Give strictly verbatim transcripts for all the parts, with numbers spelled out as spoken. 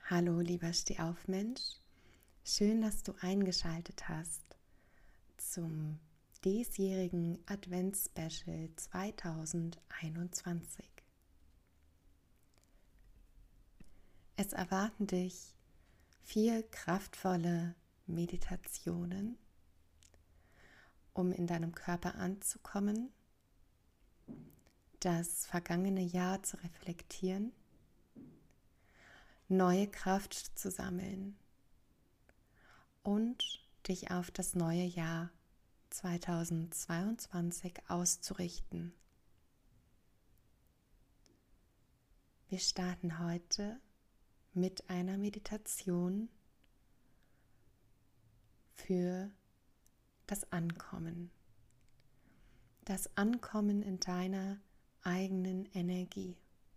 Hallo, lieber Stehaufmensch. Schön, dass du eingeschaltet hast zum diesjährigen Advents-Special zweitausendeinundzwanzig. Es erwarten dich vier kraftvolle Meditationen, um in deinem Körper anzukommen, das vergangene Jahr zu reflektieren, neue Kraft zu sammeln und dich auf das neue Jahr zweitausendzweiundzwanzig auszurichten. Wir starten heute mit einer Meditation für das Ankommen. Das Ankommen in deiner eigenen Energie.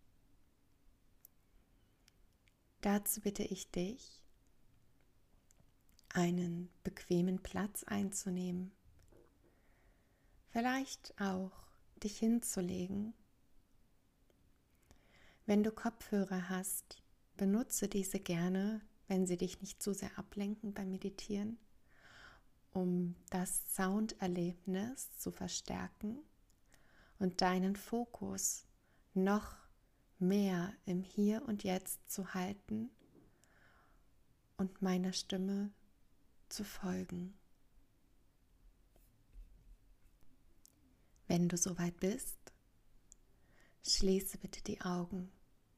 Dazu bitte ich dich, einen bequemen Platz einzunehmen, vielleicht auch dich hinzulegen. Wenn du Kopfhörer hast, benutze diese gerne, wenn sie dich nicht zu sehr ablenken beim Meditieren, um das Sounderlebnis zu verstärken und deinen Fokus noch mehr im Hier und Jetzt zu halten und meiner Stimme zu folgen. Wenn du soweit bist, schließe bitte die Augen.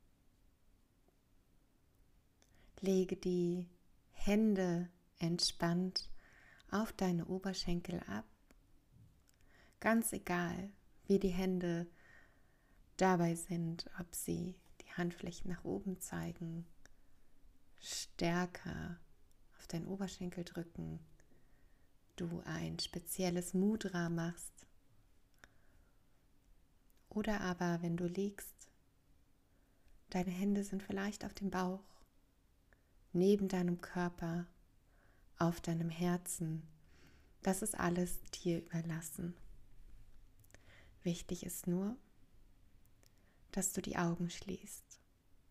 Lege die Hände entspannt auf deine Oberschenkel ab. Ganz egal, wie die Hände dabei sind, ob sie die Handflächen nach oben zeigen, stärker auf deinen Oberschenkel drücken, du ein spezielles Mudra machst oder aber, wenn du liegst, deine Hände sind vielleicht auf dem Bauch, neben deinem Körper, auf deinem Herzen. Das ist alles dir überlassen. Wichtig ist nur, dass du die Augen schließt.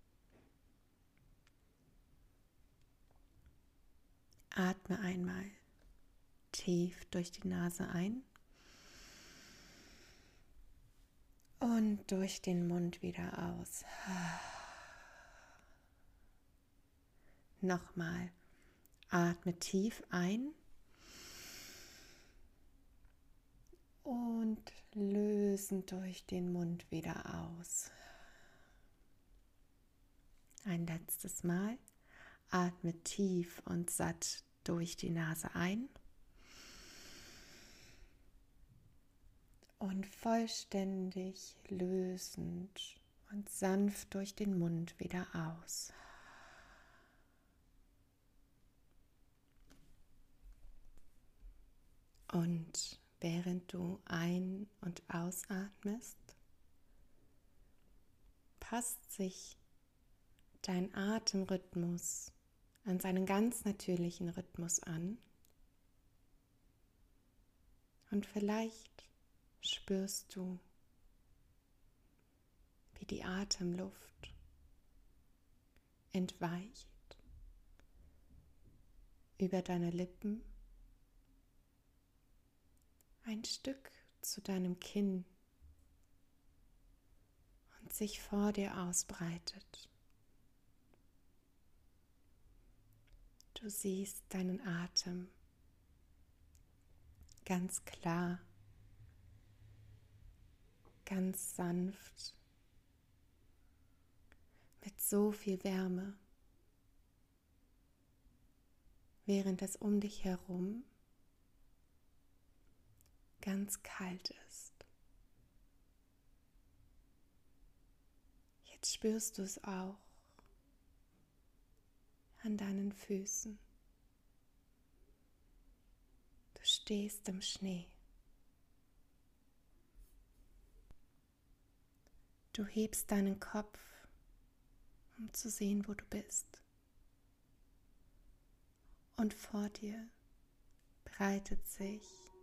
Atme einmal tief durch die Nase ein und durch den Mund wieder aus. Nochmal, atme tief ein und lösen durch den Mund wieder aus. Ein letztes Mal, atme tief und satt durch die Nase ein und vollständig lösend und sanft durch den Mund wieder aus. Und während du ein- und ausatmest, passt sich dein Atemrhythmus an seinen ganz natürlichen Rhythmus an. Und vielleicht spürst du, wie die Atemluft entweicht über deine Lippen ein Stück zu deinem Kinn und sich vor dir ausbreitet. Du siehst deinen Atem ganz klar, ganz sanft, mit so viel Wärme, während es um dich herum ganz kalt ist. Jetzt spürst du es auch an deinen Füßen. Du stehst im Schnee. Du hebst deinen Kopf, um zu sehen, wo du bist. Und vor dir breitet sich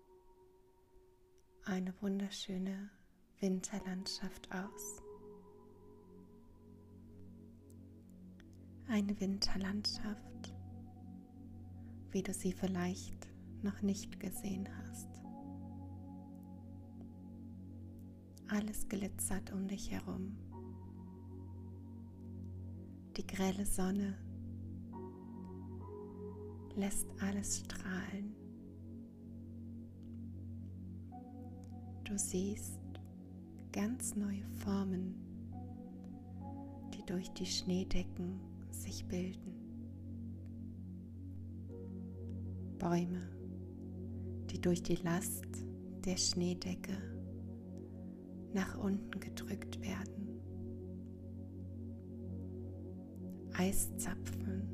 eine wunderschöne Winterlandschaft aus. eine Winterlandschaft, wie du sie vielleicht noch nicht gesehen hast. Alles glitzert um dich herum. Die grelle Sonne lässt alles strahlen. Du siehst ganz neue Formen, die durch die Schneedecken sich bilden. Bäume, die durch die Last der Schneedecke nach unten gedrückt werden. Eiszapfen,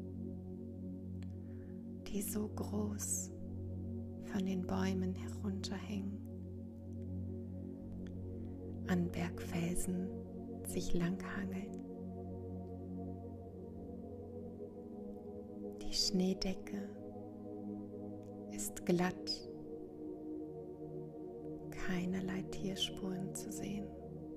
die so groß von den Bäumen herunterhängen. An Bergfelsen sich langhangeln. Die Schneedecke ist glatt, keinerlei Tierspuren zu sehen.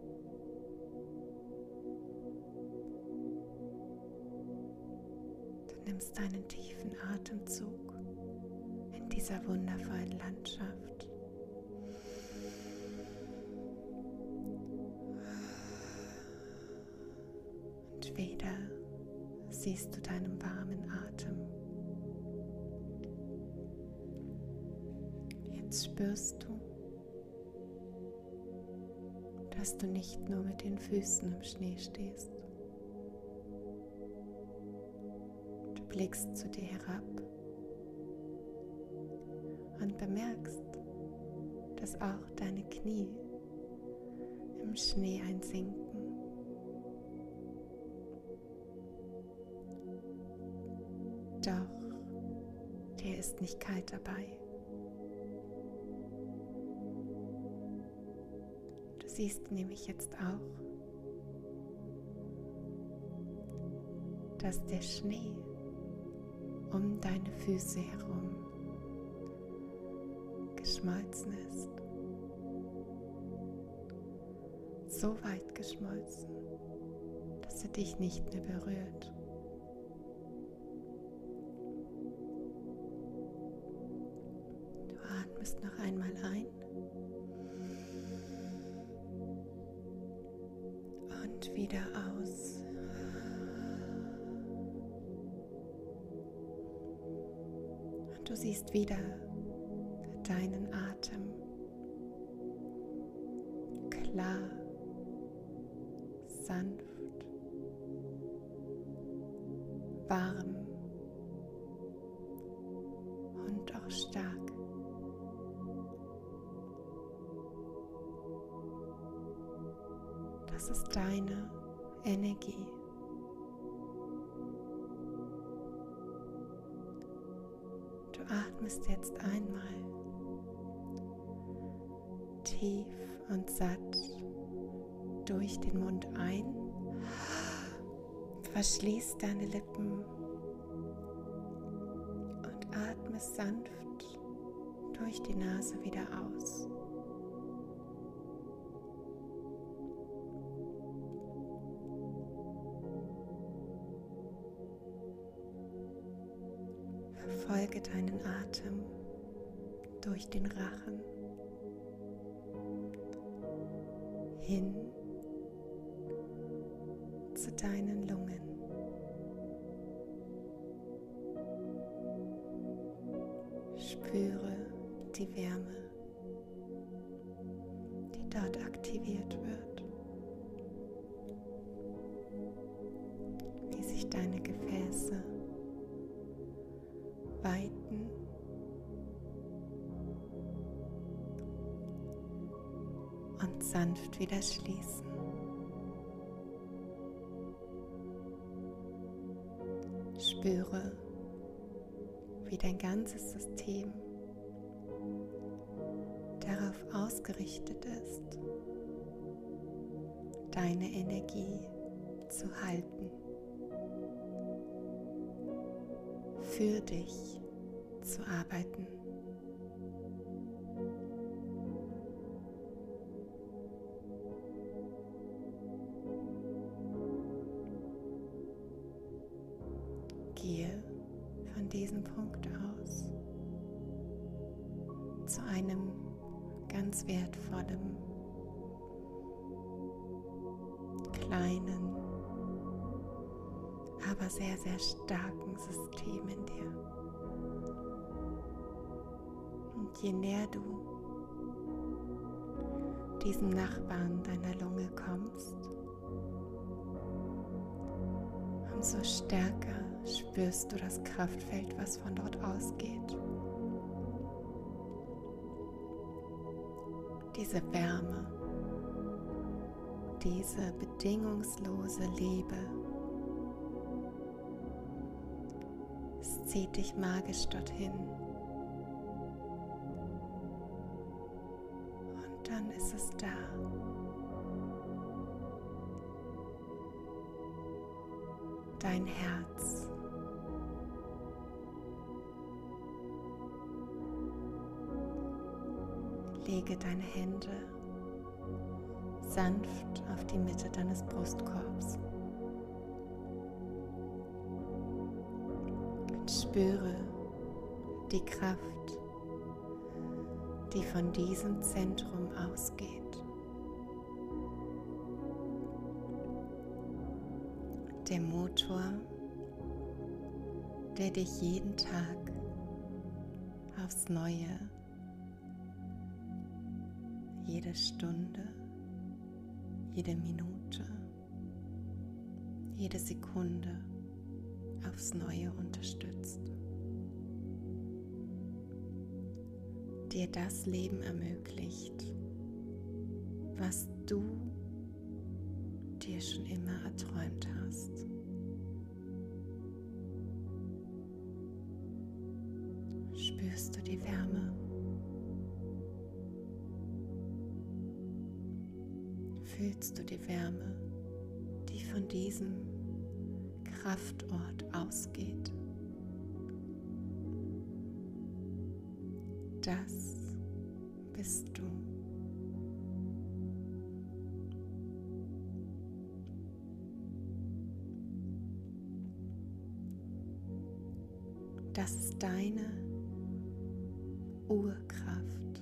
Du nimmst einen tiefen Atemzug in dieser wundervollen Landschaft. Und wieder siehst du deinen warmen Atem. Jetzt spürst du, dass du nicht nur mit den Füßen im Schnee stehst. Du blickst zu dir herab und bemerkst, dass auch deine Knie im Schnee einsinken. Doch dir ist nicht kalt dabei. Du siehst nämlich jetzt auch, dass der Schnee um deine Füße herum geschmolzen ist. So weit geschmolzen, dass er dich nicht mehr berührt. Du atmest noch einmal ein und wieder aus. Und du siehst wieder deinen Atem klar, sanft, warm und auch stark. Das ist deine Energie. Du atmest jetzt einmal tief und satt durch den Mund ein, verschließt deine Lippen und atmest sanft durch die Nase wieder aus. Verfolge deinen Atem durch den Rachen hin zu deinen Lungen. Spüre die Wärme, die dort aktiviert wird, wie sich deine Gefäße weiten und sanft wieder schließen. Spüre, wie dein ganzes System darauf ausgerichtet ist, deine Energie zu halten, für dich zu arbeiten. Gehe von diesem Punkt aus zu einem ganz wertvollen, kleinen, aber sehr, sehr starken System in dir. Und je näher du diesem Nachbarn deiner Lunge kommst, umso stärker spürst du das Kraftfeld, was von dort ausgeht. Diese Wärme, diese bedingungslose Liebe, es zieht dich magisch dorthin. Und dann ist es da. Dein Herz. Lege deine Hände sanft auf die Mitte deines Brustkorbs und spüre die Kraft, die von diesem Zentrum ausgeht. Der Motor, der dich jeden Tag aufs Neue, jede Stunde, jede Minute, jede Sekunde aufs Neue unterstützt. Dir das Leben ermöglicht, was du dir schon immer erträumt hast. Spürst du die Wärme? Fühlst du die Wärme, die von diesem Kraftort ausgeht? Das bist du. Das ist deine Urkraft.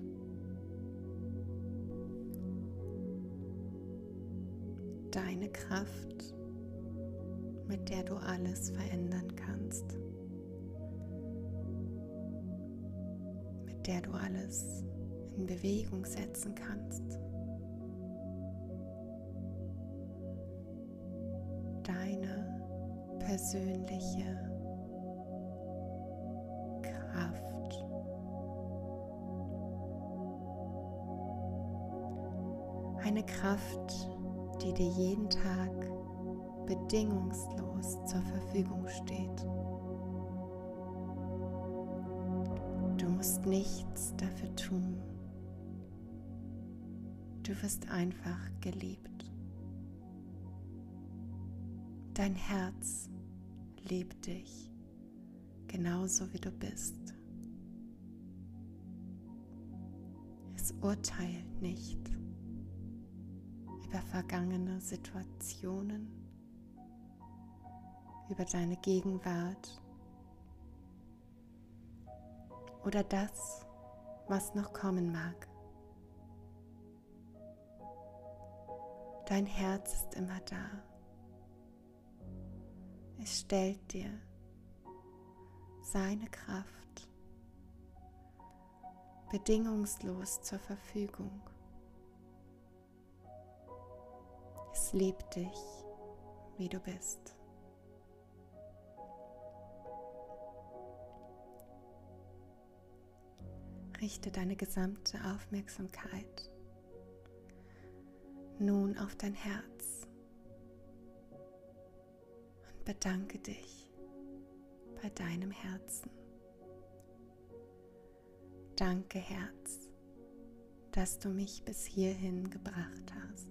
Deine Kraft, mit der du alles verändern kannst, mit der du alles in Bewegung setzen kannst. Deine persönliche Kraft. Eine Kraft, die dir jeden Tag bedingungslos zur Verfügung steht. Du musst nichts dafür tun. Du wirst einfach geliebt. Dein Herz liebt dich, genauso wie du bist. Es urteilt nicht über vergangene Situationen, über deine Gegenwart oder das, was noch kommen mag. Dein Herz ist immer da. Es stellt dir seine Kraft bedingungslos zur Verfügung. Es liebt dich, wie du bist. Richte deine gesamte Aufmerksamkeit nun auf dein Herz und bedanke dich bei deinem Herzen. Danke, Herz, dass du mich bis hierhin gebracht hast,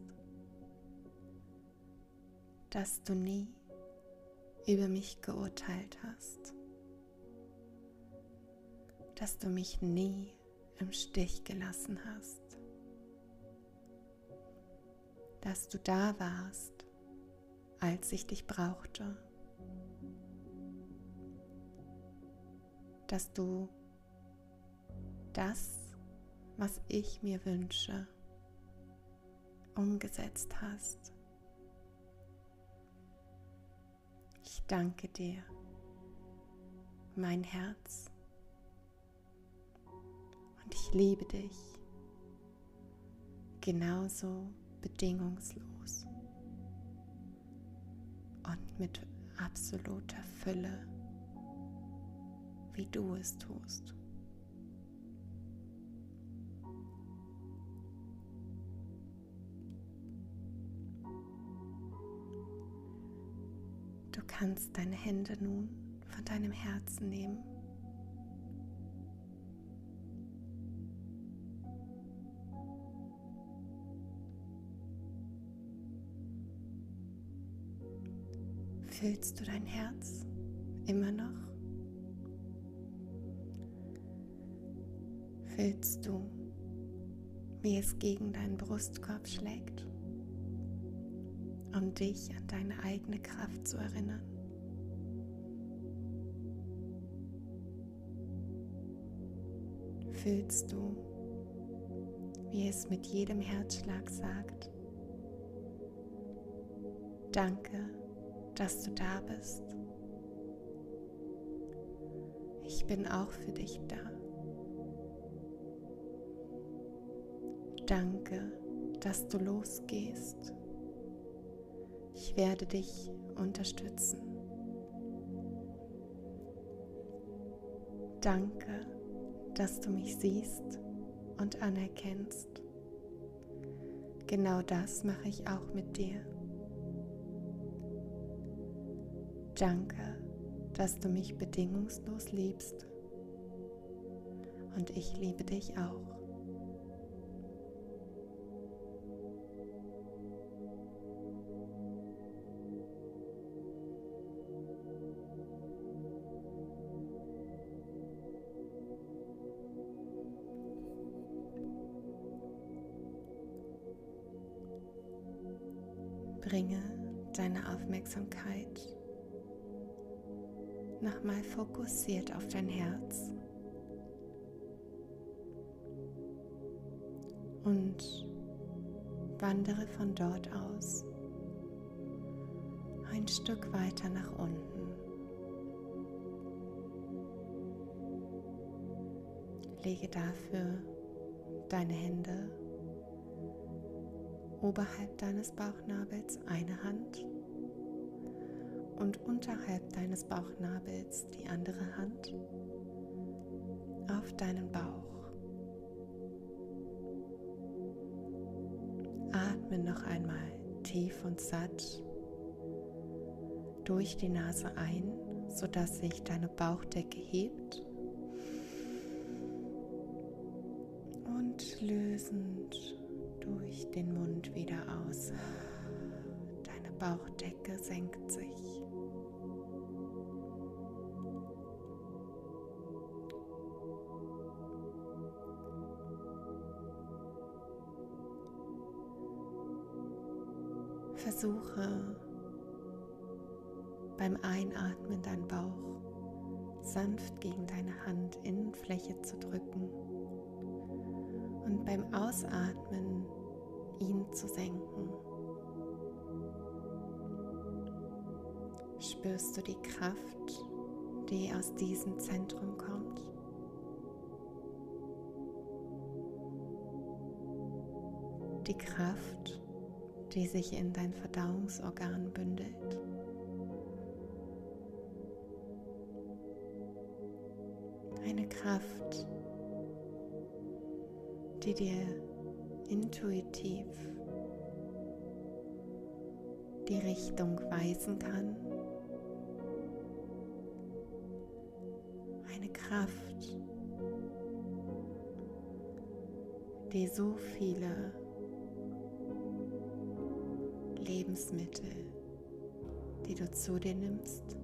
dass du nie über mich geurteilt hast, dass du mich nie im Stich gelassen hast, dass du da warst, als ich dich brauchte, dass du das, was ich mir wünsche, umgesetzt hast. Ich danke dir, mein Herz, und ich liebe dich genauso bedingungslos und mit absoluter Fülle, wie du es tust. Du kannst deine Hände nun von deinem Herzen nehmen Fühlst du dein Herz immer noch? Fühlst du, wie es gegen deinen Brustkorb schlägt, um dich an deine eigene Kraft zu erinnern? Fühlst du, wie es mit jedem Herzschlag sagt: Danke, dass du da bist. Ich bin auch für dich da. Danke, dass du losgehst. Ich werde dich unterstützen. Danke, dass du mich siehst und anerkennst. Genau das mache ich auch mit dir. Danke, dass du mich bedingungslos liebst. Und ich liebe dich auch. Bringe deine Aufmerksamkeit nochmal fokussiert auf dein Herz und wandere von dort aus ein Stück weiter nach unten. Lege dafür deine Hände oberhalb deines Bauchnabels, eine Hand, und unterhalb deines Bauchnabels die andere Hand auf deinen Bauch. Atme noch einmal tief und satt durch die Nase ein, sodass sich deine Bauchdecke hebt, und lösend durch den Mund wieder aus. Deine Bauchdecke senkt sich. Versuche beim Einatmen deinen Bauch sanft gegen deine Handinnenfläche zu drücken und beim Ausatmen ihn zu senken. Spürst du die Kraft, die aus diesem Zentrum kommt? Die Kraft, die sich in dein Verdauungsorgan bündelt. Eine Kraft, die dir intuitiv die Richtung weisen kann. Eine Kraft, die so viele Lebensmittel, die du zu dir nimmst,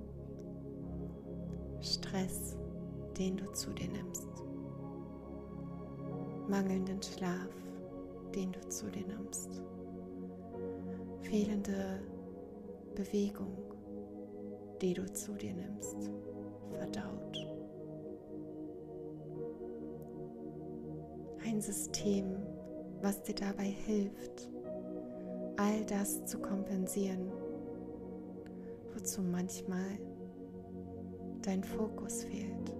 Stress, den du zu dir nimmst, mangelnden Schlaf, den du zu dir nimmst, fehlende Bewegung, die du zu dir nimmst, verdaut. ein System, was dir dabei hilft, all das zu kompensieren, wozu manchmal dein Fokus fehlt.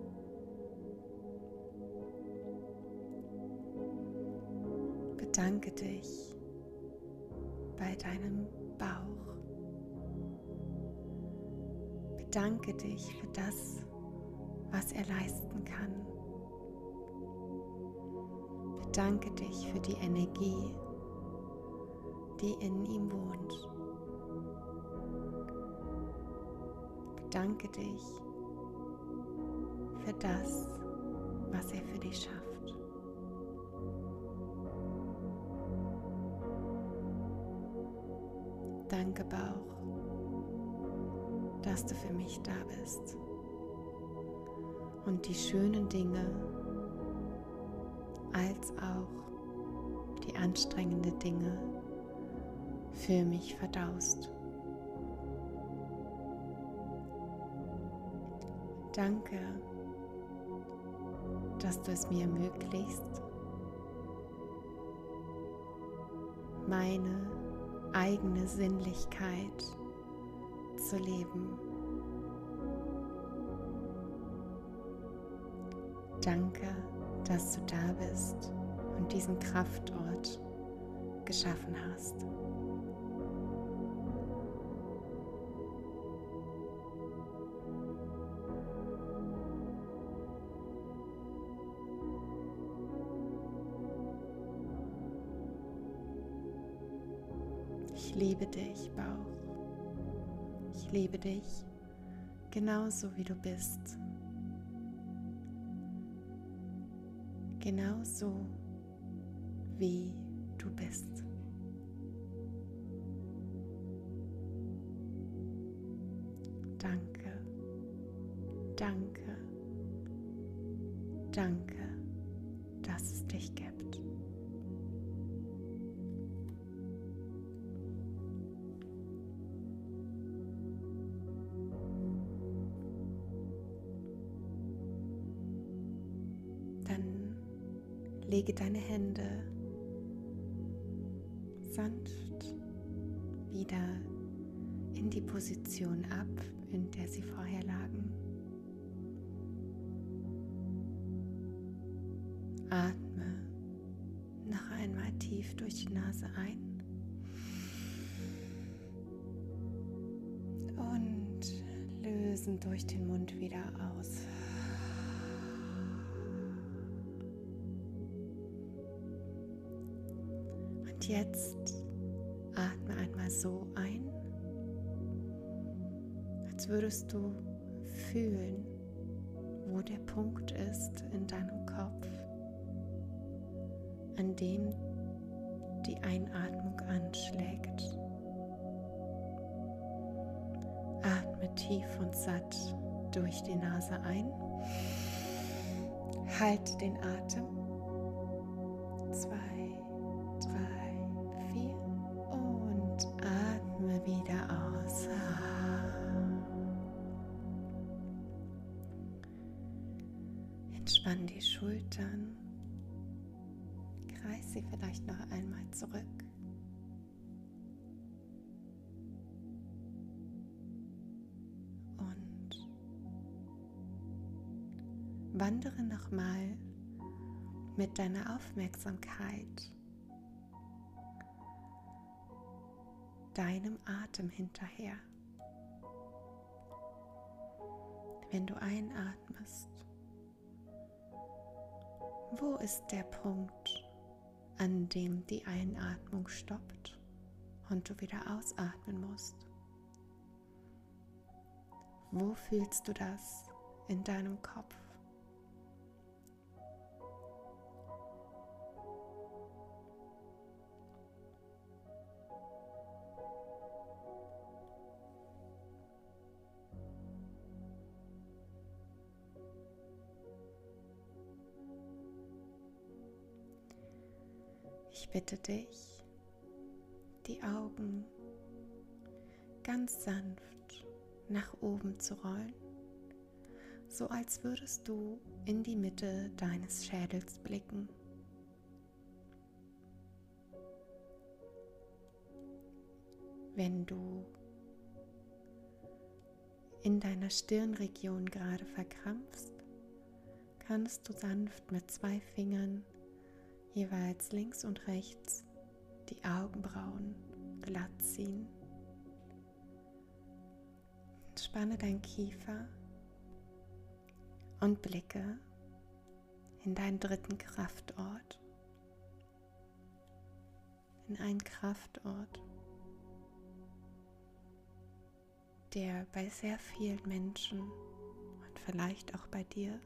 Bedanke dich bei deinem Bauch. Bedanke dich für das, was er leisten kann. Bedanke dich für die Energie, die in ihm wohnt. Bedanke dich für das, was er für dich schafft. Danke, Bauch, dass du für mich da bist und die schönen Dinge als auch die anstrengenden Dinge für mich verdaust. Danke, dass du es mir ermöglichst, meine eigene Sinnlichkeit zu leben. Danke, dass du da bist und diesen Kraftort geschaffen hast. Ich liebe dich, Bauch. Ich liebe dich genauso wie du bist. Genauso wie du bist. Danke, danke, danke, dass es dich gibt. Dann lege deine Hände sanft wieder in die Position ab, in der sie vorher lagen. Atme noch einmal tief durch die Nase ein und lösen durch den Mund wieder aus. Und jetzt atme einmal so ein, als würdest du fühlen, wo der Punkt ist in deinem Kopf, an dem die Einatmung anschlägt. Atme tief und satt durch die Nase ein. Halte den Atem. Zwei, drei, vier und atme wieder aus. Entspann die Schultern. Kreis sie vielleicht noch einmal zurück. Und wandere nochmal mit deiner Aufmerksamkeit deinem Atem hinterher. Wenn du einatmest, wo ist der Punkt, an dem die Einatmung stoppt und du wieder ausatmen musst? Wo fühlst du das in deinem Kopf? Ich bitte dich, die Augen ganz sanft nach oben zu rollen, so als würdest du in die Mitte deines Schädels blicken. Wenn du in deiner Stirnregion gerade verkrampfst, kannst du sanft mit zwei Fingern jeweils links und rechts die Augenbrauen glatt ziehen. Spanne deinen Kiefer und blicke in deinen dritten Kraftort, in einen Kraftort, der bei sehr vielen Menschen und vielleicht auch bei dir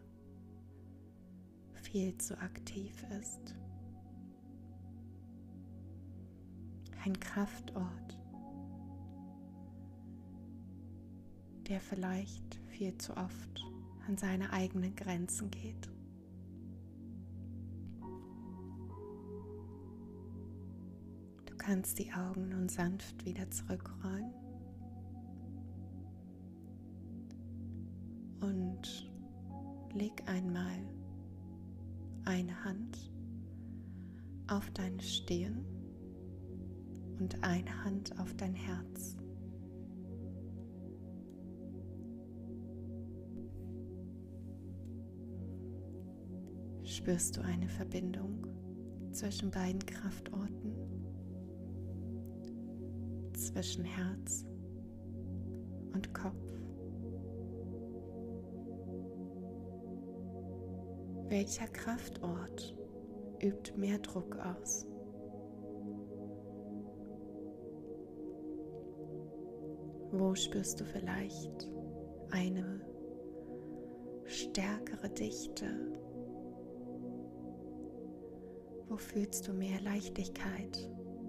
viel zu aktiv ist. Ein Kraftort, der vielleicht viel zu oft an seine eigenen Grenzen geht. Du kannst die Augen nun sanft wieder zurückrollen und leg einmal eine Hand auf deine Stirn und eine Hand auf dein Herz. Spürst du eine Verbindung zwischen beiden Kraftorten, zwischen Herz und Kopf? Welcher Kraftort übt mehr Druck aus? Wo spürst du vielleicht eine stärkere Dichte? Wo fühlst du mehr Leichtigkeit?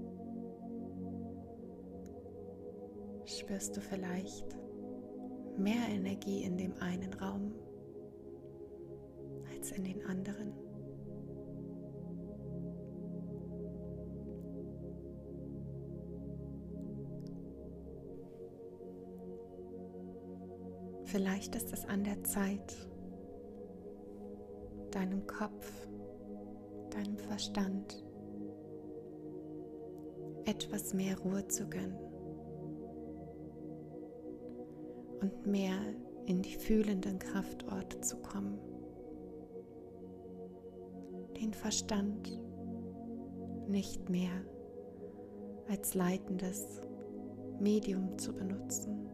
Spürst du vielleicht mehr Energie in dem einen Raum als in den anderen? Vielleicht ist es an der Zeit, deinem Kopf, deinem Verstand etwas mehr Ruhe zu gönnen und mehr in die fühlenden Kraftorte zu kommen. Den Verstand nicht mehr als leitendes Medium zu benutzen,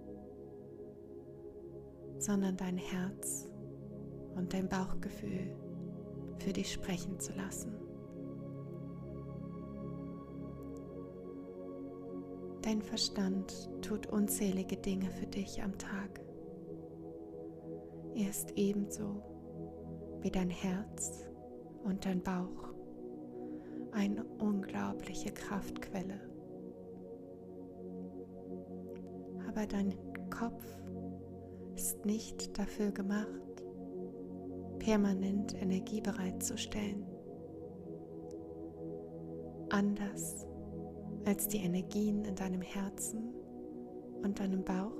sondern dein Herz und dein Bauchgefühl für dich sprechen zu lassen. Dein Verstand tut unzählige Dinge für dich am Tag. Er ist ebenso wie dein Herz und dein Bauch eine unglaubliche Kraftquelle. Aber dein Kopf ist nicht dafür gemacht, permanent Energie bereitzustellen. Anders als die Energien in deinem Herzen und deinem Bauch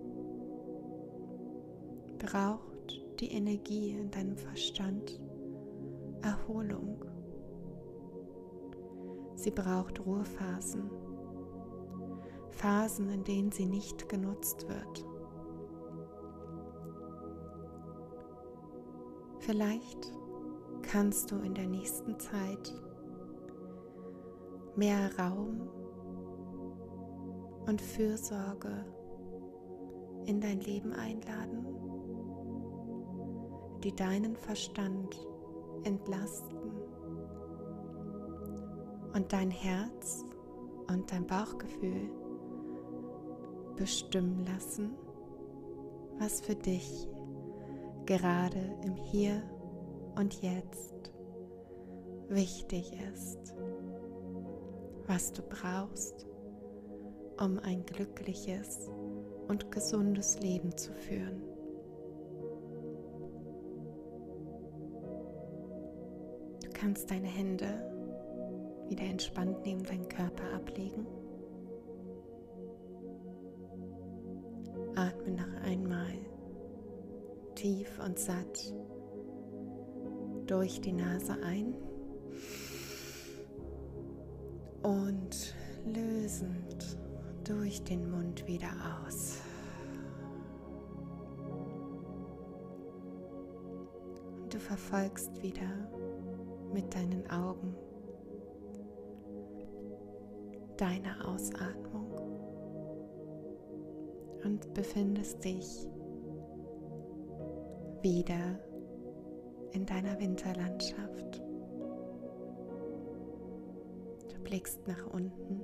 braucht die Energie in deinem Verstand Erholung. Sie braucht Ruhephasen, Phasen, in denen sie nicht genutzt wird. Vielleicht kannst du in der nächsten Zeit mehr Raum und Fürsorge in dein Leben einladen, die deinen Verstand entlasten und dein Herz und dein Bauchgefühl bestimmen lassen, was für dich gerade im Hier und Jetzt wichtig ist, was du brauchst, um ein glückliches und gesundes Leben zu führen. Du kannst deine Hände wieder entspannt neben deinen Körper ablegen. Atme noch einmal tief und satt durch die Nase ein und lösend durch den Mund wieder aus. Und du verfolgst wieder mit deinen Augen deine Ausatmung und befindest dich wieder in deiner Winterlandschaft. Du blickst nach unten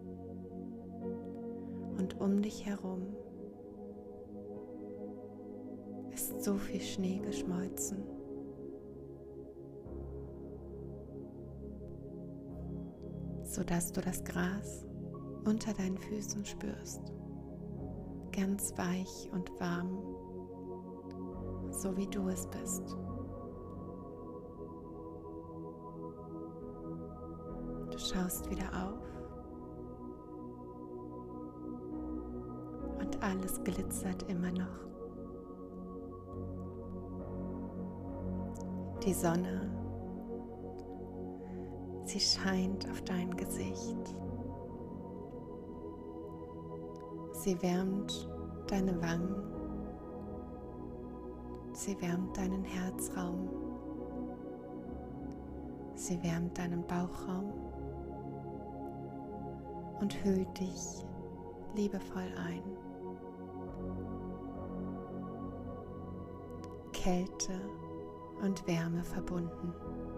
und um dich herum ist so viel Schnee geschmolzen. Sodass du das Gras unter deinen Füßen spürst, ganz weich und warm, so wie du es bist. Du schaust wieder auf und alles glitzert immer noch. Die Sonne, sie scheint auf dein Gesicht. Sie wärmt deine Wangen. Sie wärmt deinen Herzraum. Sie wärmt deinen Bauchraum und hüllt dich liebevoll ein. Kälte und Wärme verbunden.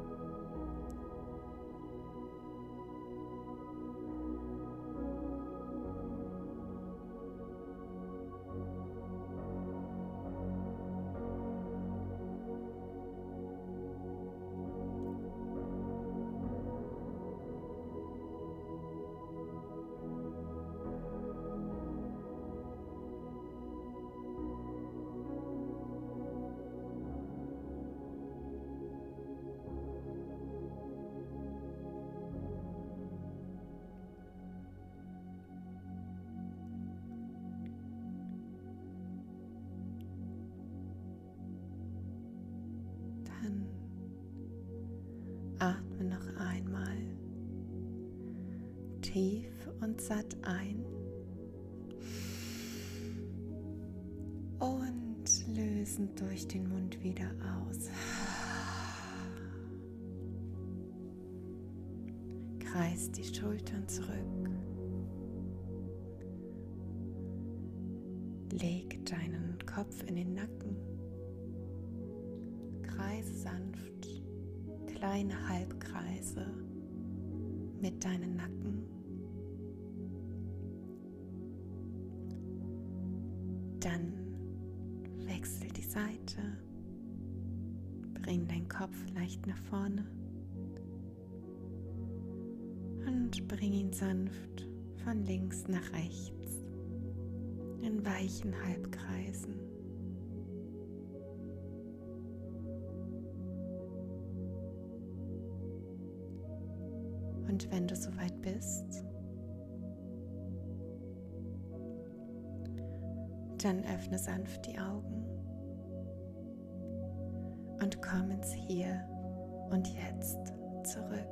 Dann atme noch einmal tief und satt ein und lösen durch den Mund wieder aus. Kreis die Schultern zurück. Leg deinen Kopf in den Nacken. Kreise sanft kleine Halbkreise mit deinen Nacken. Dann wechsel die Seite. Bring deinen Kopf leicht nach vorne und bring ihn sanft von links nach rechts in weichen Halbkreisen. Und wenn du soweit bist, dann öffne sanft die Augen und komm ins Hier und Jetzt zurück.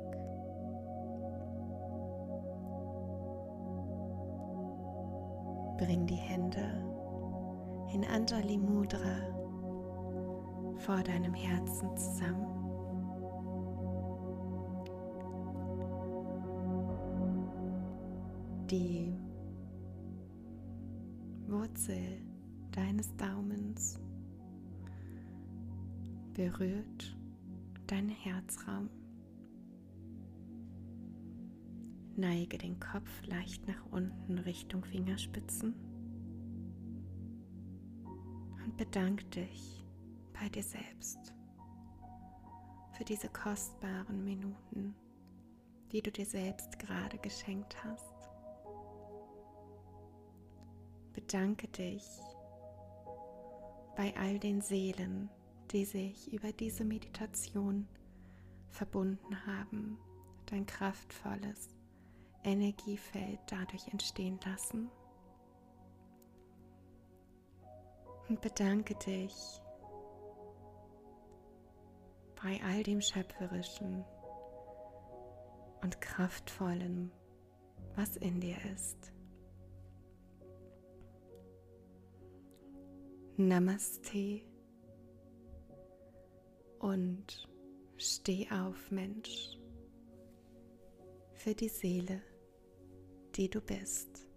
Bring die Hände in Anjali Mudra vor deinem Herzen zusammen. Die Wurzel deines Daumens berührt deinen Herzraum. Neige den Kopf leicht nach unten Richtung Fingerspitzen und bedanke dich bei dir selbst für diese kostbaren Minuten, die du dir selbst gerade geschenkt hast. Bedanke dich bei all den Seelen, die sich über diese Meditation verbunden haben, dein kraftvolles Energiefeld dadurch entstehen lassen. Und bedanke dich bei all dem Schöpferischen und Kraftvollen, was in dir ist. Namaste und steh auf, Mensch, für die Seele, die du bist.